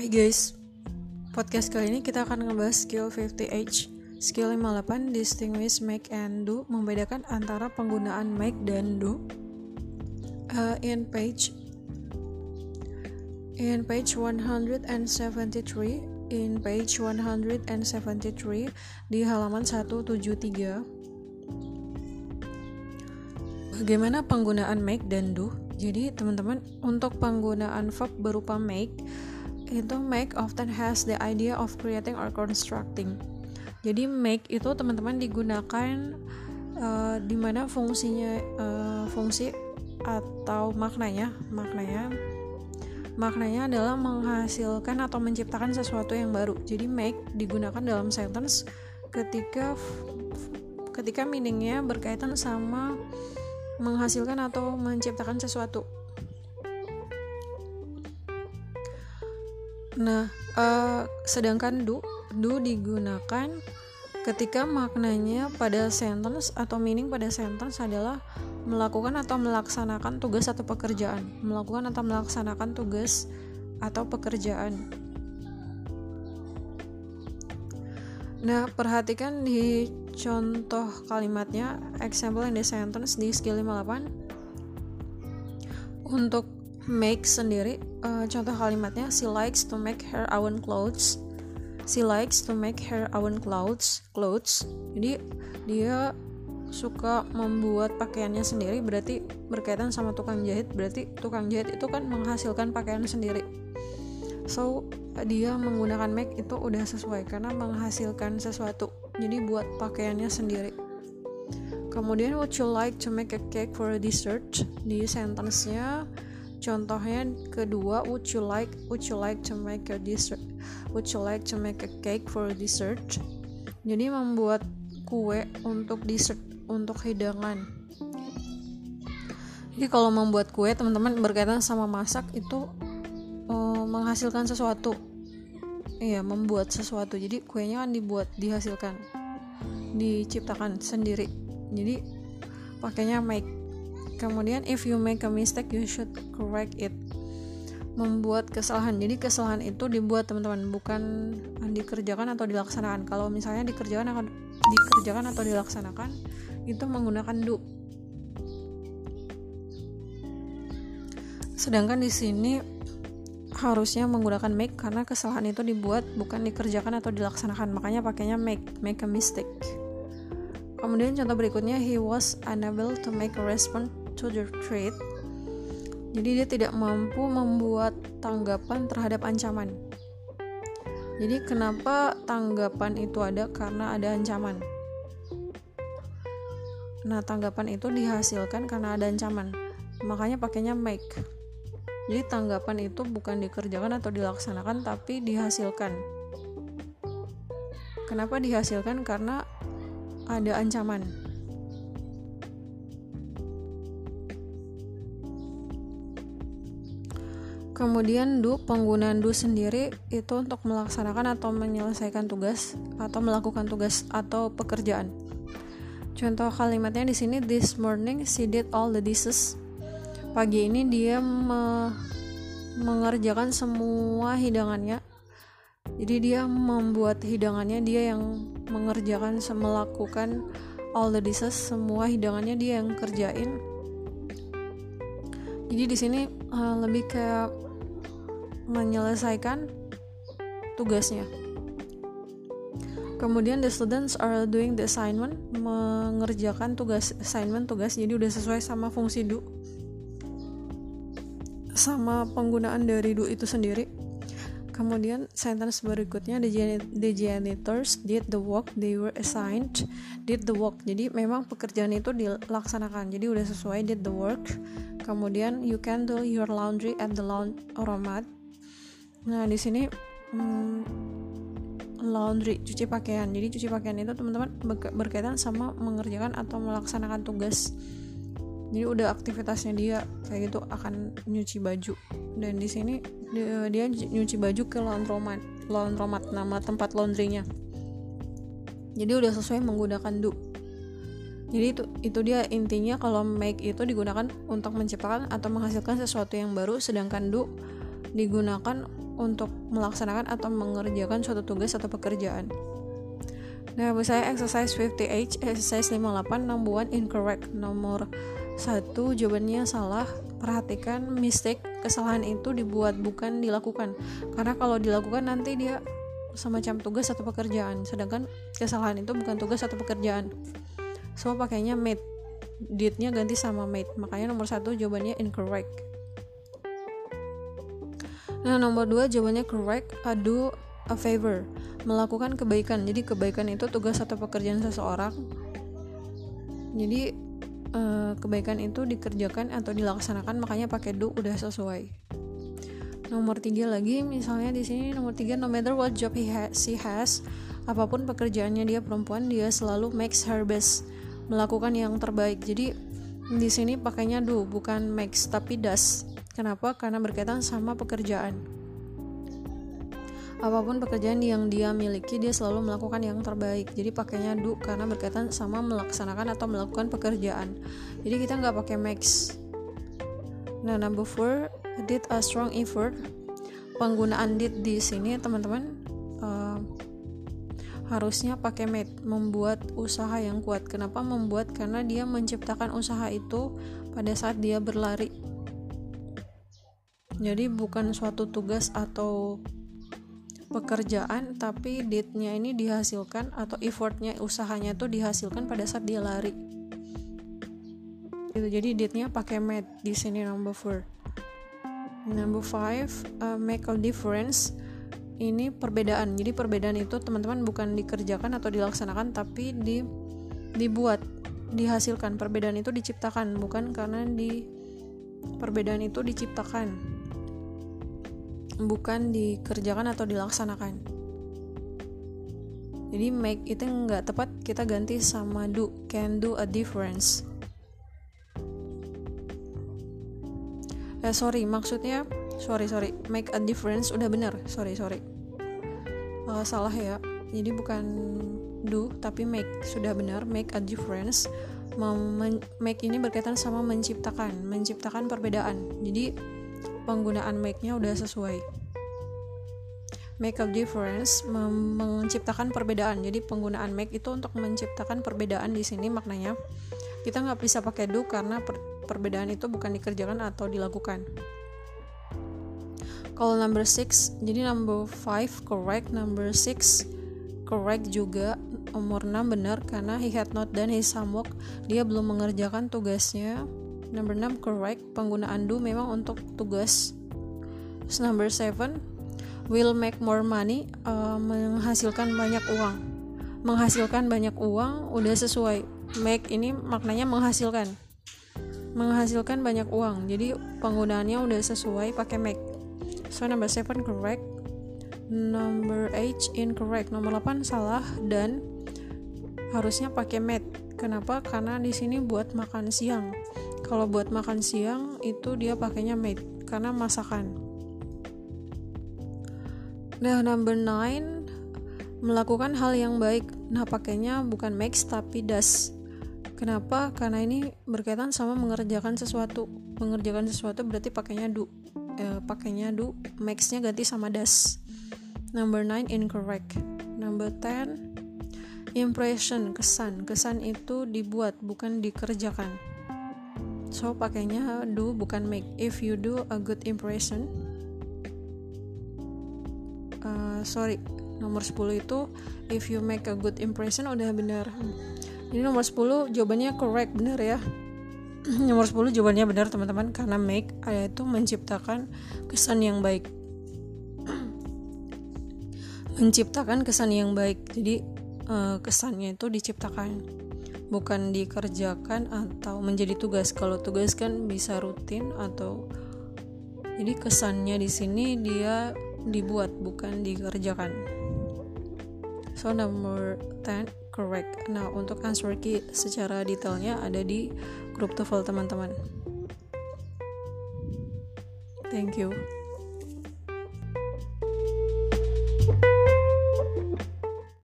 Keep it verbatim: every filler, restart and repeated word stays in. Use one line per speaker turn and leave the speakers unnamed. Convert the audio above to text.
Hai guys, podcast kali ini kita akan ngebahas skill lima puluh H. Skill lima puluh delapan, distinguish make and do, membedakan antara penggunaan make dan do. Uh, in page in page one seventy-three, in page one seventy-three di halaman seratus tujuh puluh tiga. Bagaimana penggunaan make dan do? Jadi teman-teman, untuk penggunaan verb berupa make, itu make often has the idea of creating or constructing. Jadi make itu teman-teman digunakan uh, di mana fungsinya uh, fungsi atau maknanya maknanya maknanya adalah menghasilkan atau menciptakan sesuatu yang baru. Jadi make digunakan dalam sentence ketika ketika meaningnya berkaitan sama menghasilkan atau menciptakan sesuatu. Nah, uh, sedangkan do, do digunakan ketika maknanya pada sentence atau meaning pada sentence adalah melakukan atau melaksanakan tugas atau pekerjaan, melakukan atau melaksanakan tugas atau pekerjaan. Nah, perhatikan di contoh kalimatnya, example in the sentence di skill lima puluh delapan. Untuk make sendiri, uh, contoh kalimatnya, she likes to make her own clothes. She likes to make her own clothes. Clothes. Jadi dia suka membuat pakaiannya sendiri, berarti berkaitan sama tukang jahit. Berarti tukang jahit itu kan menghasilkan pakaian sendiri. So dia menggunakan make itu udah sesuai karena menghasilkan sesuatu. Jadi buat pakaiannya sendiri. Kemudian, would you like to make a cake for a dessert? Di sentence-nya contohnya kedua, would you like would you like to make a dessert? Would you like to make a cake for a dessert? Jadi membuat kue untuk dessert, untuk hidangan. Jadi kalau membuat kue, teman-teman, berkaitan sama masak itu uh, menghasilkan sesuatu. Iya, membuat sesuatu. Jadi kuenya kan dibuat, dihasilkan, diciptakan sendiri. Jadi pakainya make. Kemudian, if you make a mistake, you should correct it. Membuat kesalahan. Jadi kesalahan itu dibuat, teman-teman, bukan dikerjakan atau dilaksanakan. Kalau misalnya dikerjakan atau dikerjakan atau dilaksanakan, itu menggunakan do. Sedangkan di sini harusnya menggunakan make karena kesalahan itu dibuat, bukan dikerjakan atau dilaksanakan. Makanya pakainya make, make a mistake. Kemudian contoh berikutnya, he was unable to make a response to the threat. Jadi dia tidak mampu membuat tanggapan terhadap ancaman. Jadi kenapa tanggapan itu ada? Karena ada ancaman. Nah, tanggapan itu dihasilkan karena ada ancaman. Makanya pakainya make. Jadi tanggapan itu bukan dikerjakan atau dilaksanakan, tapi dihasilkan. Kenapa dihasilkan? Karena ada ancaman. Kemudian do, penggunaan do sendiri itu untuk melaksanakan atau menyelesaikan tugas atau melakukan tugas atau pekerjaan. Contoh kalimatnya di sini, this morning she did all the dishes. Pagi ini dia me- mengerjakan semua hidangannya. Jadi dia membuat hidangannya, dia yang mengerjakan, melakukan all the dishes, semua hidangannya dia yang kerjain. Jadi di sini uh, lebih kayak menyelesaikan tugasnya. Kemudian, the students are doing the assignment, mengerjakan tugas assignment tugas. Jadi udah sesuai sama fungsi do, sama penggunaan dari do itu sendiri. Kemudian sentence berikutnya, the, janit- the janitors did the work they were assigned. Did the work, jadi memang pekerjaan itu dilaksanakan, jadi udah sesuai, did the work. Kemudian, you can do your laundry at the laundromat. Nah di sini hmm, laundry, cuci pakaian. Jadi cuci pakaian itu, teman-teman, berkaitan sama mengerjakan atau melaksanakan tugas. Jadi udah aktivitasnya dia kayak gitu, akan nyuci baju. Dan di sini dia, dia nyuci baju ke laundromat, laundromat nama tempat laundrynya. Jadi udah sesuai menggunakan do. Jadi itu itu dia intinya, kalau make itu digunakan untuk menciptakan atau menghasilkan sesuatu yang baru, sedangkan do digunakan untuk melaksanakan atau mengerjakan suatu tugas atau pekerjaan. Nah, misalnya exercise lima puluh delapan, exercise lima puluh delapan, number one incorrect. Nomor satu jawabannya salah. Perhatikan mistake, kesalahan itu dibuat bukan dilakukan. Karena kalau dilakukan nanti dia semacam tugas atau pekerjaan, sedangkan kesalahan itu bukan tugas atau pekerjaan. So pakainya made, did-nya ganti sama made. Makanya nomor satu jawabannya incorrect. Nah, nomor dua jawabannya correct. Do a favor, melakukan kebaikan. Jadi kebaikan itu tugas atau pekerjaan seseorang. Jadi eh, kebaikan itu dikerjakan atau dilaksanakan, makanya pakai do udah sesuai. Nomor tiga lagi, misalnya di sini nomor tiga, no matter what job he has, she has, apapun pekerjaannya dia perempuan, dia selalu makes her best, melakukan yang terbaik. Jadi di sini pakainya do, bukan makes tapi does. Kenapa? Karena berkaitan sama pekerjaan. Apapun pekerjaan yang dia miliki, dia selalu melakukan yang terbaik. Jadi pakainya do karena berkaitan sama melaksanakan atau melakukan pekerjaan. Jadi kita nggak pakai makes. Nah, number four, did a strong effort. Penggunaan did di sini teman-teman uh, harusnya pakai made, membuat usaha yang kuat. Kenapa membuat? Karena dia menciptakan usaha itu pada saat dia berlari. Jadi bukan suatu tugas atau pekerjaan, tapi did-nya ini dihasilkan atau effortnya, usahanya itu dihasilkan pada saat dia lari. Gitu. Jadi did-nya pakai made di sini number four. Number five, uh, make a difference. Ini perbedaan. Jadi perbedaan itu teman-teman bukan dikerjakan atau dilaksanakan, tapi di dibuat, dihasilkan. Perbedaan itu diciptakan, bukan karena di perbedaan itu diciptakan, bukan dikerjakan atau dilaksanakan. Jadi make itu nggak tepat, kita ganti sama do, can do a difference. Eh sorry, maksudnya sorry sorry, make a difference udah benar, sorry sorry, uh, salah ya. Jadi bukan do tapi make, sudah benar, make a difference. Mem- make ini berkaitan sama menciptakan, menciptakan perbedaan. Jadi penggunaan make-nya udah sesuai. Make a difference, mem- menciptakan perbedaan. Jadi penggunaan make itu untuk menciptakan perbedaan di sini maknanya. Kita nggak bisa pakai do karena per- perbedaan itu bukan dikerjakan atau dilakukan. Kalau number six, jadi number five correct, number six correct juga. Nomor enam benar karena he had not done his homework, dia belum mengerjakan tugasnya. Number enam correct, penggunaan do memang untuk tugas. So, number seven, will make more money, uh, menghasilkan banyak uang. Menghasilkan banyak uang udah sesuai. Make ini maknanya menghasilkan. Menghasilkan banyak uang. Jadi penggunaannya udah sesuai pakai make. So number seven correct. Number eight incorrect. Nomor delapan salah dan harusnya pakai made. Kenapa? Karena di sini buat makan siang. Kalau buat makan siang itu dia pakainya made karena masakan. Nah, number nine melakukan hal yang baik. Nah, pakainya bukan makes tapi does. Kenapa? Karena ini berkaitan sama mengerjakan sesuatu. Mengerjakan sesuatu berarti pakainya do. Eh, pakainya do, makes-nya ganti sama does. Number nine incorrect. Number ten impression, kesan. Kesan itu dibuat bukan dikerjakan. So pakainya do bukan make. If you do a good impression, uh, sorry, nomor sepuluh itu if you make a good impression udah benar. Jadi nomor sepuluh jawabannya correct, benar ya. Nomor sepuluh jawabannya benar teman-teman, karena make yaitu menciptakan kesan yang baik. Menciptakan kesan yang baik. Jadi uh, kesannya itu diciptakan, bukan dikerjakan atau menjadi tugas. Kalau tugas kan bisa rutin atau, jadi kesannya di sini dia dibuat bukan dikerjakan. So number ten correct. Nah, untuk answer key secara detailnya ada di grup TOEFL teman-teman. Thank you.